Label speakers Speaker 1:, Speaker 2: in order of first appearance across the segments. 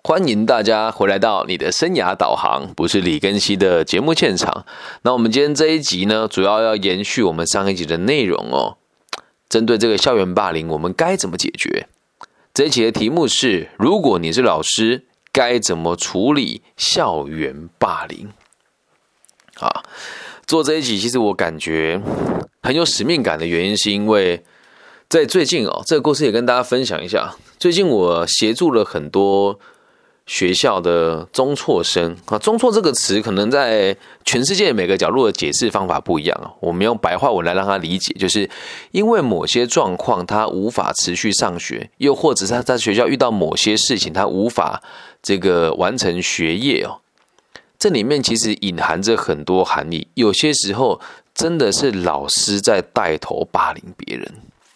Speaker 1: 欢迎大家回来到你的生涯导航，不是李根熙的节目现场。那我们今天这一集呢，主要延续我们上一集的内容哦。针对这个校园霸凌，我们该怎么解决？这一集的题目是：如果你是老师，该怎么处理校园霸凌？啊，做这一集，其实我感觉很有使命感的原因，是因为在最近哦，这个故事也跟大家分享一下。最近我协助了很多学校的中辍生啊，中辍这个词可能在全世界每个角落的解释方法不一样啊。我们用白话文来让他理解，就是因为某些状况他无法持续上学，又或者是他在学校遇到某些事情他无法完成学业哦。这里面其实隐含着很多含义，有些时候真的是老师在带头霸凌别人。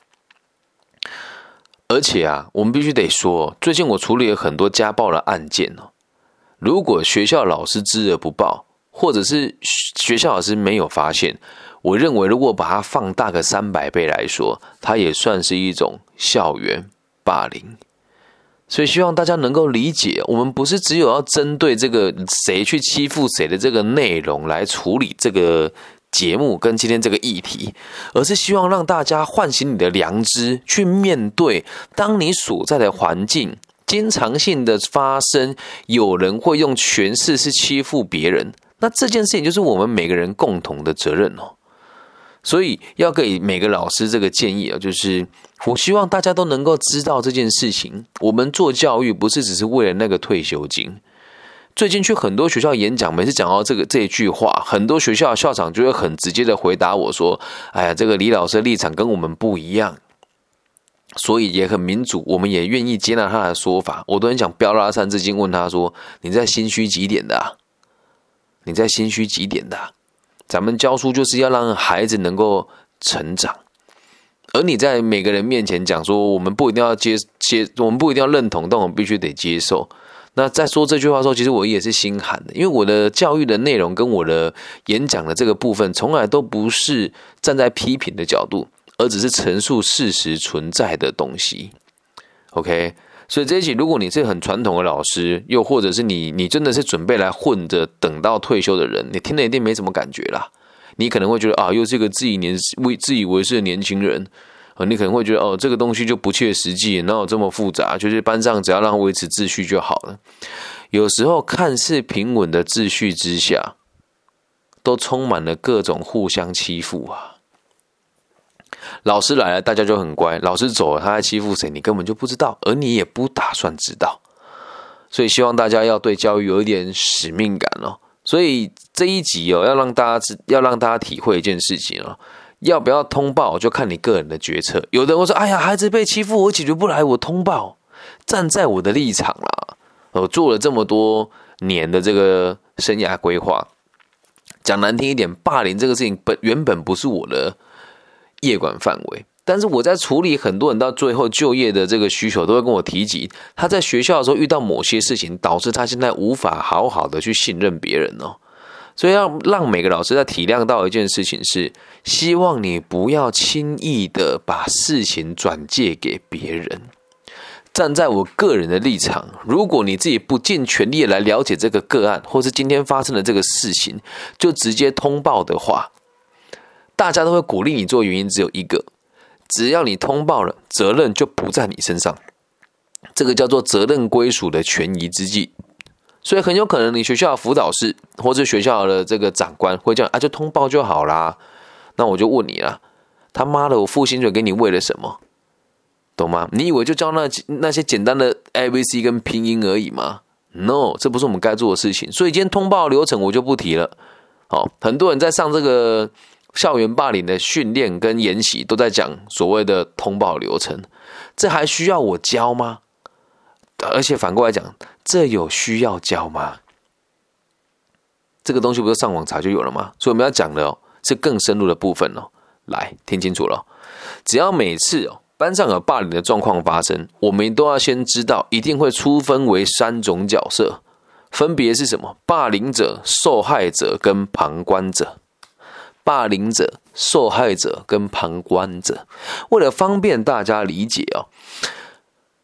Speaker 1: 而且啊，我们必须得说，最近我处理了很多家暴的案件哦。如果学校老师知而不报，或者是学校老师没有发现，我认为如果把它放大个300倍来说，它也算是一种校园霸凌。所以希望大家能够理解，我们不是只有要针对这个谁去欺负谁的这个内容来处理这个节目跟今天这个议题，而是希望让大家唤醒你的良知，去面对当你所在的环境经常性的发生有人会用权势是欺负别人，那这件事情就是我们每个人共同的责任哦。所以要给每个老师这个建议啊，就是我希望大家都能够知道这件事情，我们做教育不是只是为了那个退休金。最近去很多学校演讲，每次讲到这一句话，很多学校的校长就会很直接的回答我说：“哎呀，这个李老师的立场跟我们不一样，所以也很民主，我们也愿意接纳他的说法。”我都很想飙他三字经，问他说：“你在心虚几点的啊？你在心虚几点的啊？咱们教书就是要让孩子能够成长，而你在每个人面前讲说，我们不一定要我们不一定要认同，但我们必须得接受。”那在说这句话的时候，其实我也是心寒的，因为我的教育的内容跟我的演讲的这个部分，从来都不是站在批评的角度，而只是陈述事实存在的东西。OK， 所以这一期，如果你是很传统的老师，又或者是你真的是准备来混着等到退休的人，你听了一定没什么感觉啦。你可能会觉得啊，又是一个自以为是的年轻人。你可能会觉得这个东西就不切实际，哪有这么复杂？就是班上只要让维持秩序就好了。有时候看似平稳的秩序之下，都充满了各种互相欺负啊。老师来了，大家就很乖；老师走了，他在欺负谁，你根本就不知道，而你也不打算知道。所以希望大家要对教育有一点使命感哦。所以这一集哦，要让大家体会一件事情哦。要不要通报就看你个人的决策。有的人会说：“哎呀，孩子被欺负，我解决不来，我通报。”站在我的立场啦，我做了这么多年的这个生涯规划，讲难听一点，霸凌这个事情原本不是我的业管范围，但是我在处理很多人到最后就业的这个需求，都会跟我提及，他在学校的时候遇到某些事情，导致他现在无法好好的去信任别人哦。所以要让每个老师在体谅到一件事情是，希望你不要轻易的把事情转介给别人。站在我个人的立场，如果你自己不尽全力来了解这个个案，或是今天发生的这个事情，就直接通报的话，大家都会鼓励你做，原因只有一个，只要你通报了，责任就不在你身上。这个叫做责任归属的权宜之计。所以很有可能你学校的辅导室或是学校的这个长官会这样就通报就好啦。那我就问你啦，他妈的，我付薪水给你为了什么？懂吗？你以为就教那些简单的 ABC 跟拼音而已吗？ No， 这不是我们该做的事情。所以今天通报流程我就不提了。很多人在上这个校园霸凌的训练跟研习，都在讲所谓的通报流程，这还需要我教吗？而且反过来讲，这有需要教吗？这个东西不是上网查就有了吗？所以我们要讲的是更深入的部分哦。来，听清楚了，只要每次班上有霸凌的状况发生，我们都要先知道，一定会粗分为3种角色，分别是什么？霸凌者、受害者跟旁观者。霸凌者、受害者跟旁观者。为了方便大家理解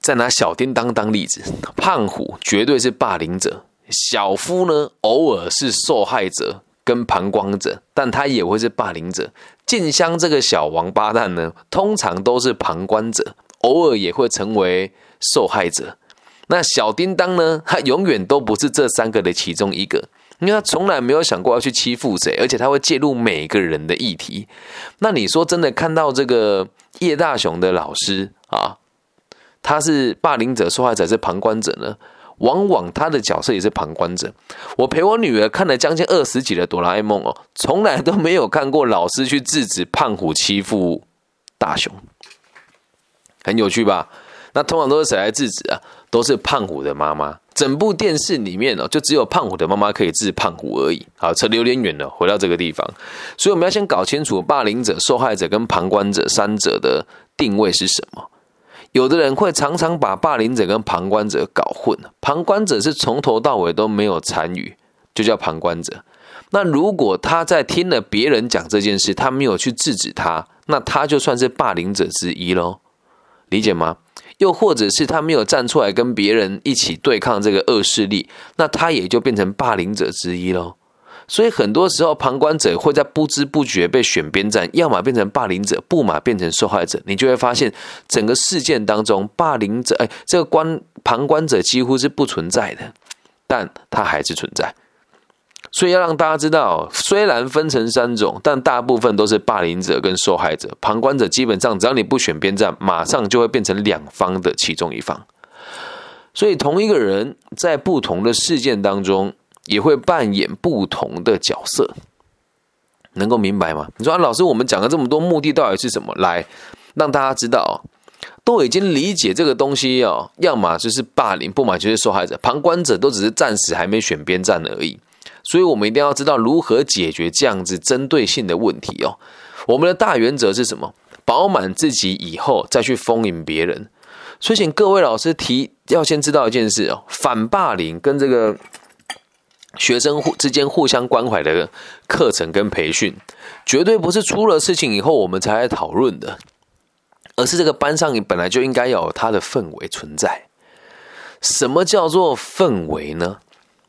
Speaker 1: 再拿小叮当当例子，胖虎绝对是霸凌者，小夫呢偶尔是受害者跟旁观者，但他也会是霸凌者。静香这个小王八蛋呢，通常都是旁观者，偶尔也会成为受害者。那小叮当呢，他永远都不是这三个的其中一个，因为他从来没有想过要去欺负谁，而且他会介入每个人的议题。那你说真的看到这个叶大雄的老师啊，他是霸凌者、受害者是旁观者呢？往往他的角色也是旁观者。我陪我女儿看了将近20集的哆啦 A 梦哦，从来都没有看过老师去制止胖虎欺负大雄，很有趣吧？那通常都是谁来制止啊？都是胖虎的妈妈。整部电视里面哦，就只有胖虎的妈妈可以治胖虎而已。好，扯得有点远了，回到这个地方。所以我们要先搞清楚霸凌者、受害者跟旁观者三者的定位是什么。有的人会常常把霸凌者跟旁观者搞混，旁观者是从头到尾都没有参与，就叫旁观者。那如果他在听了别人讲这件事，他没有去制止他，那他就算是霸凌者之一咯，理解吗？又或者是他没有站出来跟别人一起对抗这个恶势力，那他也就变成霸凌者之一咯。所以很多时候旁观者会在不知不觉被选边站，要么变成霸凌者，不嘛变成受害者。你就会发现整个事件当中，霸凌者这个旁观者几乎是不存在的，但他还是存在。所以要让大家知道，虽然分成3种，但大部分都是霸凌者跟受害者。旁观者基本上只要你不选边站，马上就会变成两方的其中一方。所以同一个人在不同的事件当中也会扮演不同的角色，能够明白吗？你说老师，我们讲了这么多，目的到底是什么？来让大家知道，都已经理解这个东西哦，要么就是霸凌，不嘛就是受害者，旁观者都只是暂时还没选边站而已。所以我们一定要知道如何解决这样子针对性的问题哦。我们的大原则是什么？饱满自己以后再去丰盈别人。所以请各位老师要先知道一件事哦，反霸凌跟这个学生之间互相关怀的课程跟培训，绝对不是出了事情以后我们才来讨论的，而是这个班上本来就应该要有它的氛围存在。什么叫做氛围呢？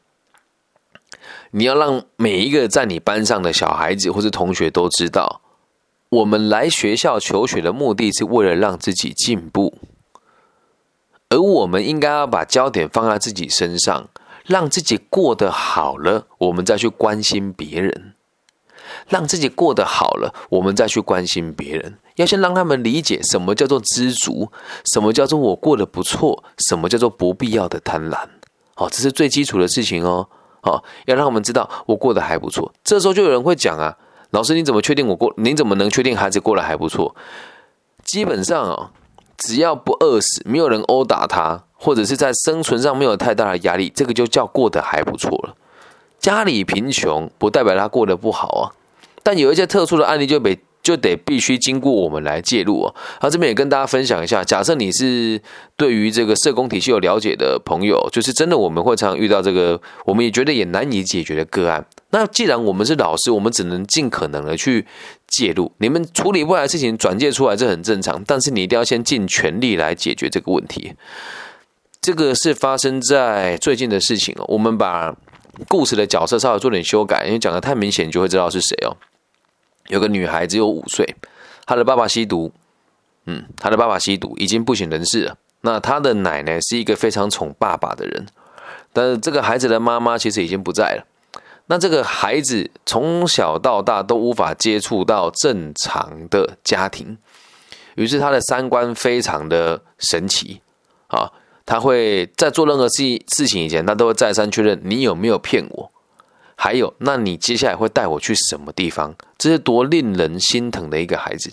Speaker 1: 你要让每一个在你班上的小孩子或是同学都知道，我们来学校求学的目的是为了让自己进步，而我们应该要把焦点放在自己身上，让自己过得好了，我们再去关心别人。让自己过得好了，我们再去关心别人。要先让他们理解什么叫做知足，什么叫做我过得不错，什么叫做不必要的贪婪。这是最基础的事情哦。要让他们知道我过得还不错。这时候就有人会讲啊，老师你怎么能确定孩子过得还不错？基本上只要不饿死，没有人殴打他，或者是在生存上没有太大的压力，这个就叫过得还不错了。家里贫穷不代表他过得不好啊，但有一些特殊的案例就得必须经过我们来介入哦。这边也跟大家分享一下，假设你是对于这个社工体系有了解的朋友，就是真的我们会常常遇到这个我们也觉得也难以解决的个案。那既然我们是老师，我们只能尽可能的去介入。你们处理不来的事情转介出来，这很正常，但是你一定要先尽全力来解决这个问题。这个是发生在最近的事情哦。我们把故事的角色稍微做点修改，因为讲得太明显，你就会知道是谁哦。有个女孩只有5岁，她的爸爸吸毒，已经不省人事了。那她的奶奶是一个非常宠爸爸的人，但是这个孩子的妈妈其实已经不在了。那这个孩子从小到大都无法接触到正常的家庭，于是他的三观非常的神奇啊！他会在做任何事情以前，他都会再三确认你有没有骗我。还有，那你接下来会带我去什么地方？这是多令人心疼的一个孩子。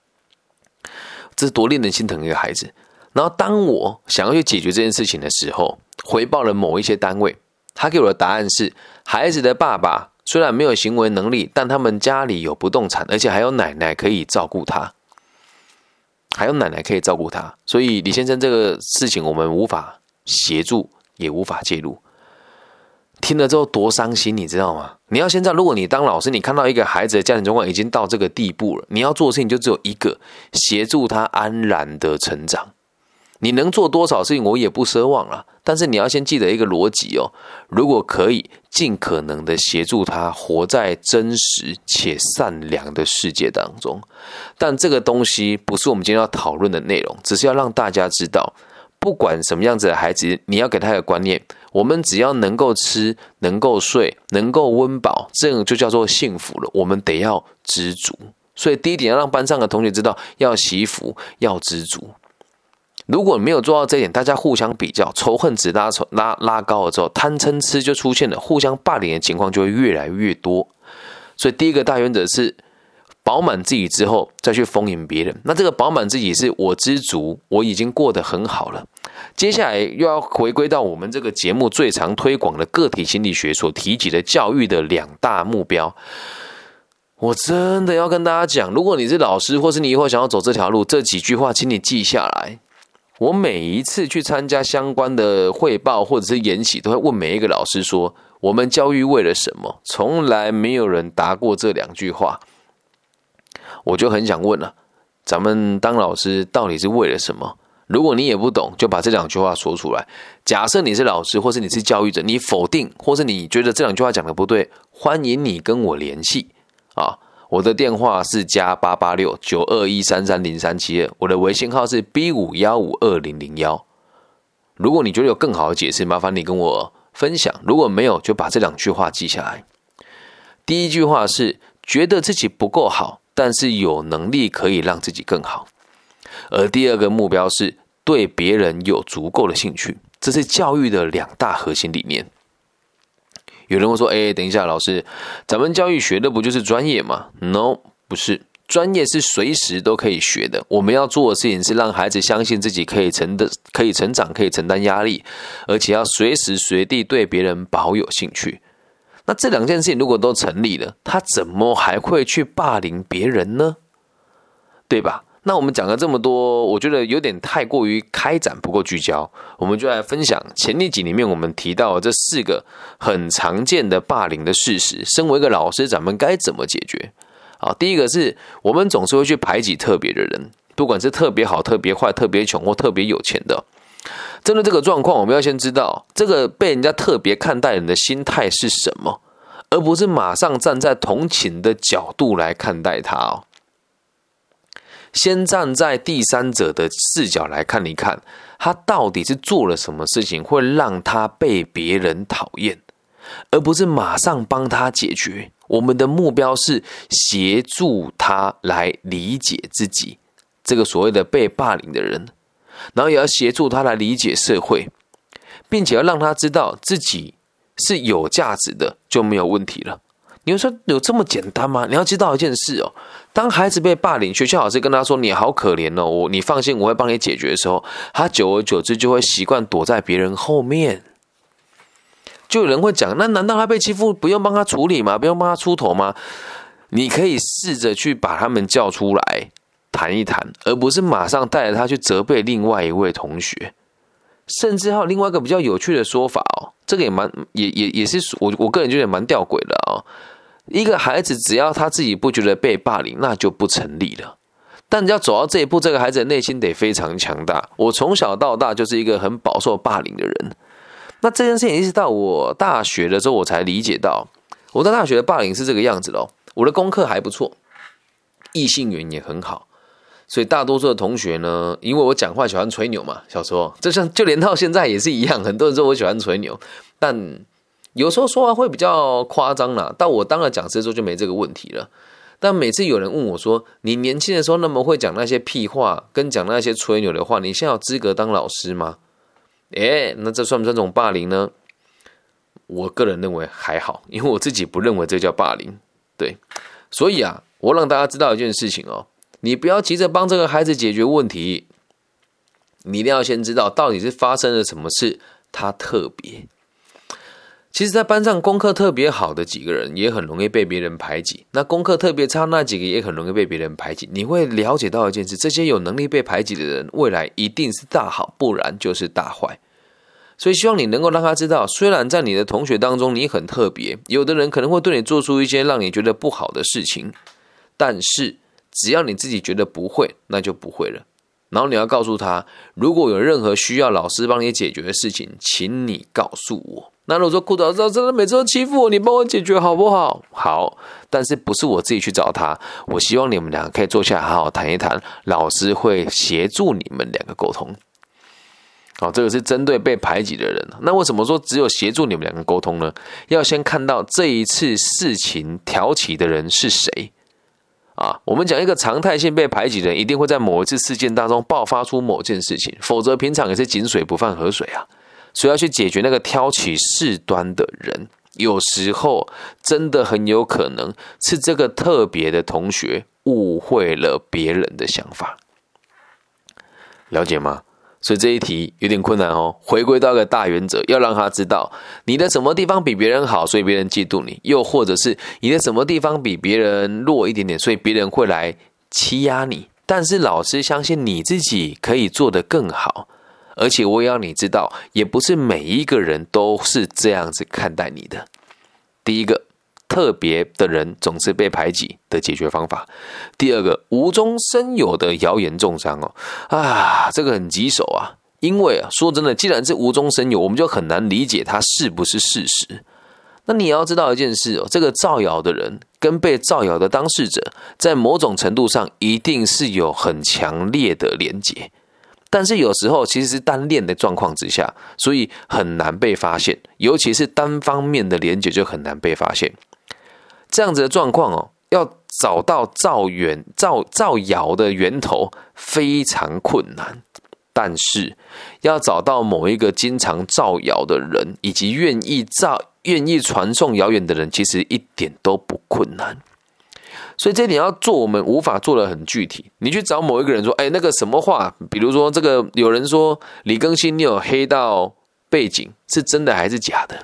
Speaker 1: 然后当我想要去解决这件事情的时候，回报了某一些单位，他给我的答案是，孩子的爸爸虽然没有行为能力，但他们家里有不动产，而且还有奶奶可以照顾他。所以李先生这个事情我们无法协助，也无法介入。听了之后多伤心，你知道吗？你要先知道，如果你当老师，你看到一个孩子的家庭状况已经到这个地步了，你要做的事情就只有一个，协助他安然的成长。 你能做多少事情我也不奢望啦，但是你要先记得一个逻辑哦，如果可以尽可能的协助他活在真实且善良的世界当中。但这个东西不是我们今天要讨论的内容，只是要让大家知道，不管什么样子的孩子，你要给他一个观念，我们只要能够吃，能够睡，能够温饱，这个就叫做幸福了，我们得要知足。所以第一点要让班上的同学知道，要惜福，要知足。如果没有做到这一点，大家互相比较，仇恨值拉高了之后，贪嗔痴就出现了，互相霸凌的情况就会越来越多。所以第一个大原则是饱满自己之后再去丰盈别人。那这个饱满自己是我知足，我已经过得很好了。接下来又要回归到我们这个节目最常推广的个体心理学所提及的教育的2大目标。我真的要跟大家讲，如果你是老师，或是你以后想要走这条路，这几句话请你记下来。我每一次去参加相关的汇报或者是研习，都会问每一个老师说，我们教育为了什么？从来没有人答过这2句话。我就很想问了，咱们当老师到底是为了什么？如果你也不懂，就把这2句话说出来。假设你是老师，或是你是教育者，你否定，或是你觉得这2句话讲的不对，欢迎你跟我联系啊。我的电话是+886-921-33072，我的微信号是 B5152001。如果你觉得有更好的解释，麻烦你跟我分享。如果没有，就把这2句话记下来。第一句话是觉得自己不够好，但是有能力可以让自己更好。而第2个目标是对别人有足够的兴趣，这是教育的2大核心理念。有人会说，等一下老师，咱们教育学的不就是专业吗？ No， 不是，专业是随时都可以学的。我们要做的事情是让孩子相信自己可以成长，可以承担压力，而且要随时随地对别人保有兴趣。那这2件事情如果都成立了，他怎么还会去霸凌别人呢？对吧？那我们讲了这么多，我觉得有点太过于开展，不够聚焦。我们就来分享前一集里面我们提到的这4个很常见的霸凌的事实。身为一个老师，咱们该怎么解决？好，第一个是我们总是会去排挤特别的人，不管是特别好、特别坏、特别穷或特别有钱的。针对这个状况，我们要先知道这个被人家特别看待人的心态是什么，而不是马上站在同情的角度来看待他哦。先站在第三者的视角来看一看，他到底是做了什么事情会让他被别人讨厌，而不是马上帮他解决。我们的目标是协助他来理解自己，这个所谓的被霸凌的人，然后也要协助他来理解社会，并且要让他知道自己是有价值的，就没有问题了。你会说有这么简单吗？你要知道一件事哦，当孩子被霸凌，学校老师跟他说你好可怜哦，你放心我会帮你解决的时候，他久而久之就会习惯躲在别人后面。就有人会讲，那难道他被欺负不用帮他处理吗？不用帮他出头吗？你可以试着去把他们叫出来谈一谈，而不是马上带着他去责备另外一位同学。甚至还有另外一个比较有趣的说法哦，这个也是我个人觉得蛮吊诡的哦。一个孩子只要他自己不觉得被霸凌，那就不成立了。但要走到这一步，这个孩子的内心得非常强大。我从小到大就是一个很饱受霸凌的人。那这件事情一直到我大学的时候，我才理解到，我在大学的霸凌是这个样子的哦。我的功课还不错，异性缘也很好，所以大多数的同学呢，因为我讲话喜欢吹牛嘛，小时候就连到现在也是一样，很多人说我喜欢吹牛，但有时候说话会比较夸张啦。到我当了讲师之后就没这个问题了。但每次有人问我说，你年轻的时候那么会讲那些屁话，跟讲那些吹牛的话，你现在有资格当老师吗？那这算不算这种霸凌呢？我个人认为还好，因为我自己不认为这叫霸凌。对，所以啊，我让大家知道一件事情哦，你不要急着帮这个孩子解决问题，你一定要先知道到底是发生了什么事，他特别。其实在班上功课特别好的几个人也很容易被别人排挤，那功课特别差那几个也很容易被别人排挤。你会了解到一件事，这些有能力被排挤的人未来一定是大好，不然就是大坏。所以希望你能够让他知道，虽然在你的同学当中你很特别，有的人可能会对你做出一些让你觉得不好的事情，但是只要你自己觉得不会，那就不会了。 然后你要告诉他，如果有任何需要老师帮你解决的事情，请你告诉我。那如果说顾老师真的每次都欺负我，你帮我解决好不好？好，但是不是我自己去找他，我希望你们两个可以坐下来好好谈一谈，老师会协助你们两个沟通。好，这个是针对被排挤的人。那为什么说只有协助你们两个沟通呢？要先看到这一次事情挑起的人是谁。我们讲一个常态性被排挤的人，一定会在某一次事件当中爆发出某件事情，否则平常也是井水不犯河水啊。所以要去解决那个挑起事端的人，有时候真的很有可能是这个特别的同学误会了别人的想法，了解吗？所以这一题有点困难哦。回归到一个大原则，要让他知道你的什么地方比别人好，所以别人嫉妒你；又或者是你的什么地方比别人弱一点点，所以别人会来欺压你。但是老师相信你自己可以做得更好，而且我也要你知道，也不是每一个人都是这样子看待你的。第一个，特别的人总是被排挤的解决方法。第二个，无中生有的谣言重伤这个很棘手啊。因为说真的，既然是无中生有，我们就很难理解它是不是事实。那你也要知道一件事这个造谣的人跟被造谣的当事者，在某种程度上一定是有很强烈的连结。但是有时候其实是单恋的状况之下，所以很难被发现，尤其是单方面的连结就很难被发现。这样子的状况要找到造谣的源头非常困难，但是要找到某一个经常造谣的人，以及愿意传送谣言的人，其实一点都不困难。所以这一点要做，我们无法做得很具体。你去找某一个人说，那个什么话，比如说这个有人说李更新你有黑到背景，是真的还是假的？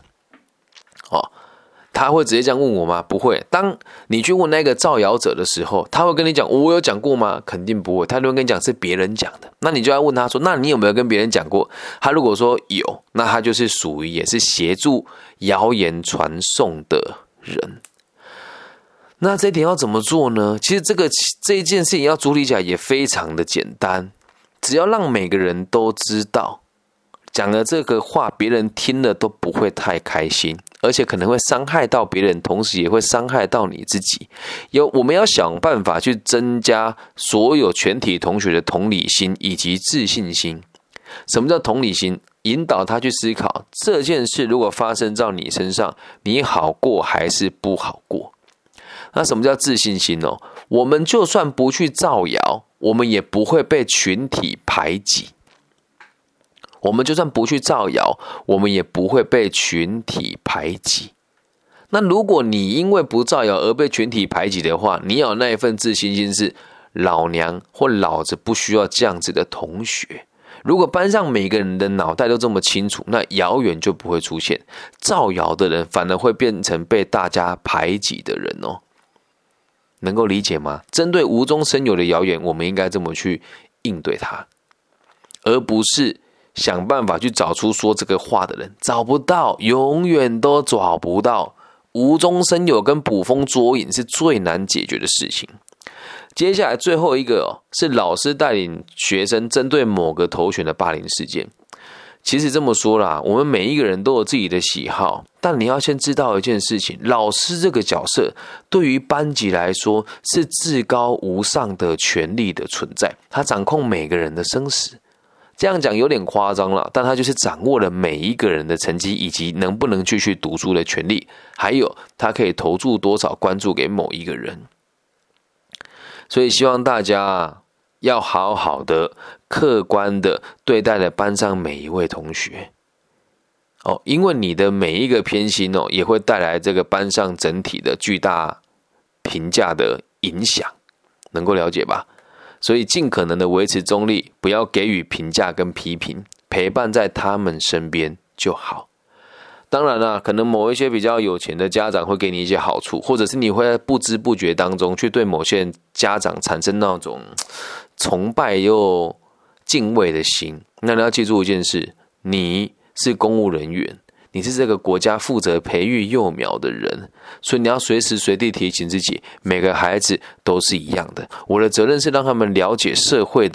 Speaker 1: 他会直接这样问我吗？不会。当你去问那个造谣者的时候，他会跟你讲我有讲过吗？肯定不会。他就会跟你讲是别人讲的，那你就要问他说，那你有没有跟别人讲过？他如果说有，那他就是属于也是协助谣言传送的人。那这一点要怎么做呢？其实这一件事情要处理起来也非常的简单，只要让每个人都知道，讲了这个话，别人听了都不会太开心，而且可能会伤害到别人，同时也会伤害到你自己。我们要想办法去增加所有全体同学的同理心以及自信心。什么叫同理心？引导他去思考这件事如果发生在你身上，你好过还是不好过？那什么叫自信心呢？我们就算不去造谣，我们也不会被群体排挤。我们就算不去造谣，我们也不会被群体排挤。那如果你因为不造谣而被群体排挤的话，你有那一份自信心是老娘或老子不需要这样子的同学。如果班上每个人的脑袋都这么清楚，那谣言就不会出现，造谣的人反而会变成被大家排挤的人能够理解吗？针对无中生有的谣言，我们应该这么去应对它，而不是想办法去找出说这个话的人。找不到，永远都找不到。无中生有跟捕风捉影是最难解决的事情。接下来最后一个是老师带领学生针对某个头衔的霸凌事件。其实这么说啦，我们每一个人都有自己的喜好，但你要先知道一件事情，老师这个角色对于班级来说是至高无上的权力的存在，他掌控每个人的生死。这样讲有点夸张了，但他就是掌握了每一个人的成绩以及能不能继续读书的权利，还有他可以投注多少关注给某一个人。所以希望大家要好好的客观的对待了班上每一位同学因为你的每一个偏心也会带来这个班上整体的巨大评价的影响，能够了解吧？所以尽可能的维持中立，不要给予评价跟批评，陪伴在他们身边就好。当然啦，可能某一些比较有钱的家长会给你一些好处，或者是你会在不知不觉当中去对某些家长产生那种崇拜又敬畏的心。那你要记住一件事，你是公务人员，你是这个国家负责培育幼苗的人，所以你要随时随地提醒自己，每个孩子都是一样的。我的责任是让他们了解社会的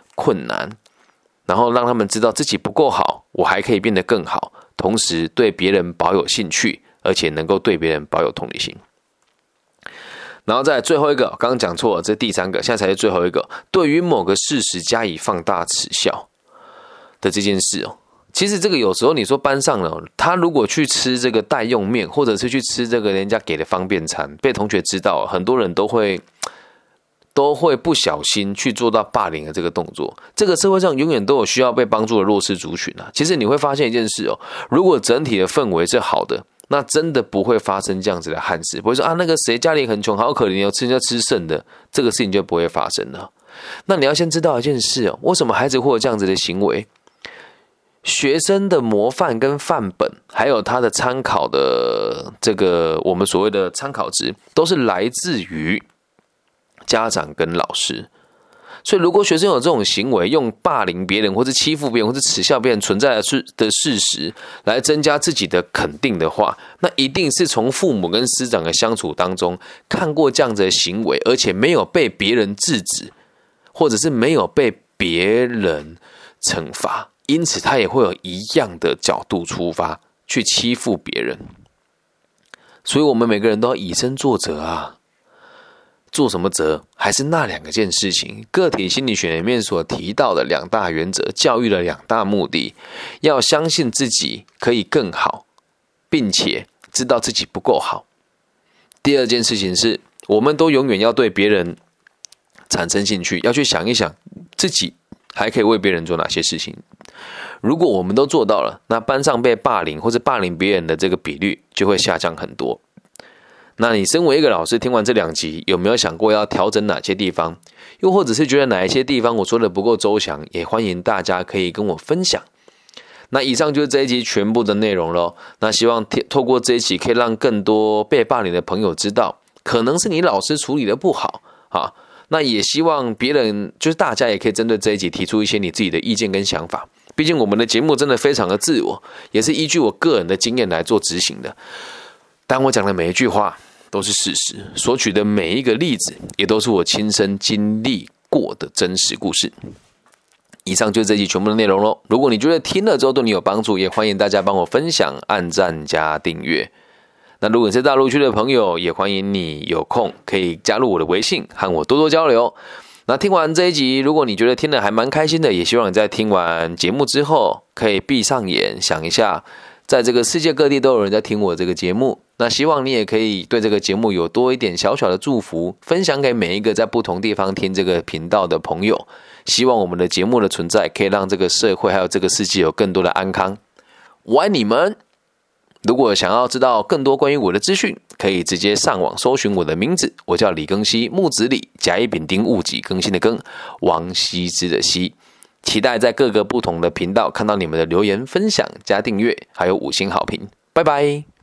Speaker 1: 困难，然后让他们知道自己不够好，我还可以变得更好，同时对别人保有兴趣，而且能够对别人保有同理心。然后再来最后一个，刚刚讲错了，这第三个，现在才是最后一个。对于某个事实加以放大耻笑的这件事哦，其实这个有时候你说班上呢，他如果去吃这个代用面，或者是去吃这个人家给的方便餐，被同学知道，很多人都会不小心去做到霸凌的这个动作。这个社会上永远都有需要被帮助的弱势族群啊。其实你会发现一件事哦，如果整体的氛围是好的，那真的不会发生这样子的憾事，不会说啊那个谁家里很穷，好可怜哦，吃人家吃剩的，这个事情就不会发生了。那你要先知道一件事哦，为什么孩子会有这样子的行为？学生的模范跟范本，还有他的参考的这个我们所谓的参考值，都是来自于家长跟老师。所以如果学生有这种行为，用霸凌别人或是欺负别人或是耻笑别人存在的事实来增加自己的肯定的话，那一定是从父母跟师长的相处当中看过这样子的行为，而且没有被别人制止，或者是没有被别人惩罚，因此他也会有一样的角度出发去欺负别人。所以我们每个人都要以身作则啊。做什么则？还是那两件事情，个体心理学里面所提到的两大原则，教育的两大目的，要相信自己可以更好，并且知道自己不够好。第二件事情是，我们都永远要对别人产生兴趣，要去想一想自己还可以为别人做哪些事情。如果我们都做到了，那班上被霸凌或者霸凌别人的这个比率就会下降很多。那你身为一个老师，听完这2集，有没有想过要调整哪些地方？又或者是觉得哪一些地方我说的不够周详，也欢迎大家可以跟我分享。那以上就是这一集全部的内容咯。那希望透过这一集可以让更多被霸凌的朋友知道，可能是你老师处理的不好啊。那也希望别人，就是大家也可以针对这一集提出一些你自己的意见跟想法。毕竟我们的节目真的非常的自我，也是依据我个人的经验来做执行的。但我讲的每一句话都是事实，所举的每一个例子也都是我亲身经历过的真实故事。以上就是这集全部的内容咯。如果你觉得听了之后对你有帮助，也欢迎大家帮我分享、按赞加订阅。那如果你是大陆区的朋友，也欢迎你有空可以加入我的微信，和我多多交流。那听完这一集，如果你觉得听得还蛮开心的，也希望你在听完节目之后可以闭上眼想一下，在这个世界各地都有人在听我这个节目。那希望你也可以对这个节目有多一点小小的祝福，分享给每一个在不同地方听这个频道的朋友。希望我们的节目的存在可以让这个社会还有这个世界有更多的安康。我爱你们！如果想要知道更多关于我的资讯，可以直接上网搜寻我的名字，我叫李庚希，木子李，甲乙丙丁戊己更新的庚，王羲之的羲。期待在各个不同的频道看到你们的留言分享加订阅，还有5星好评。拜拜。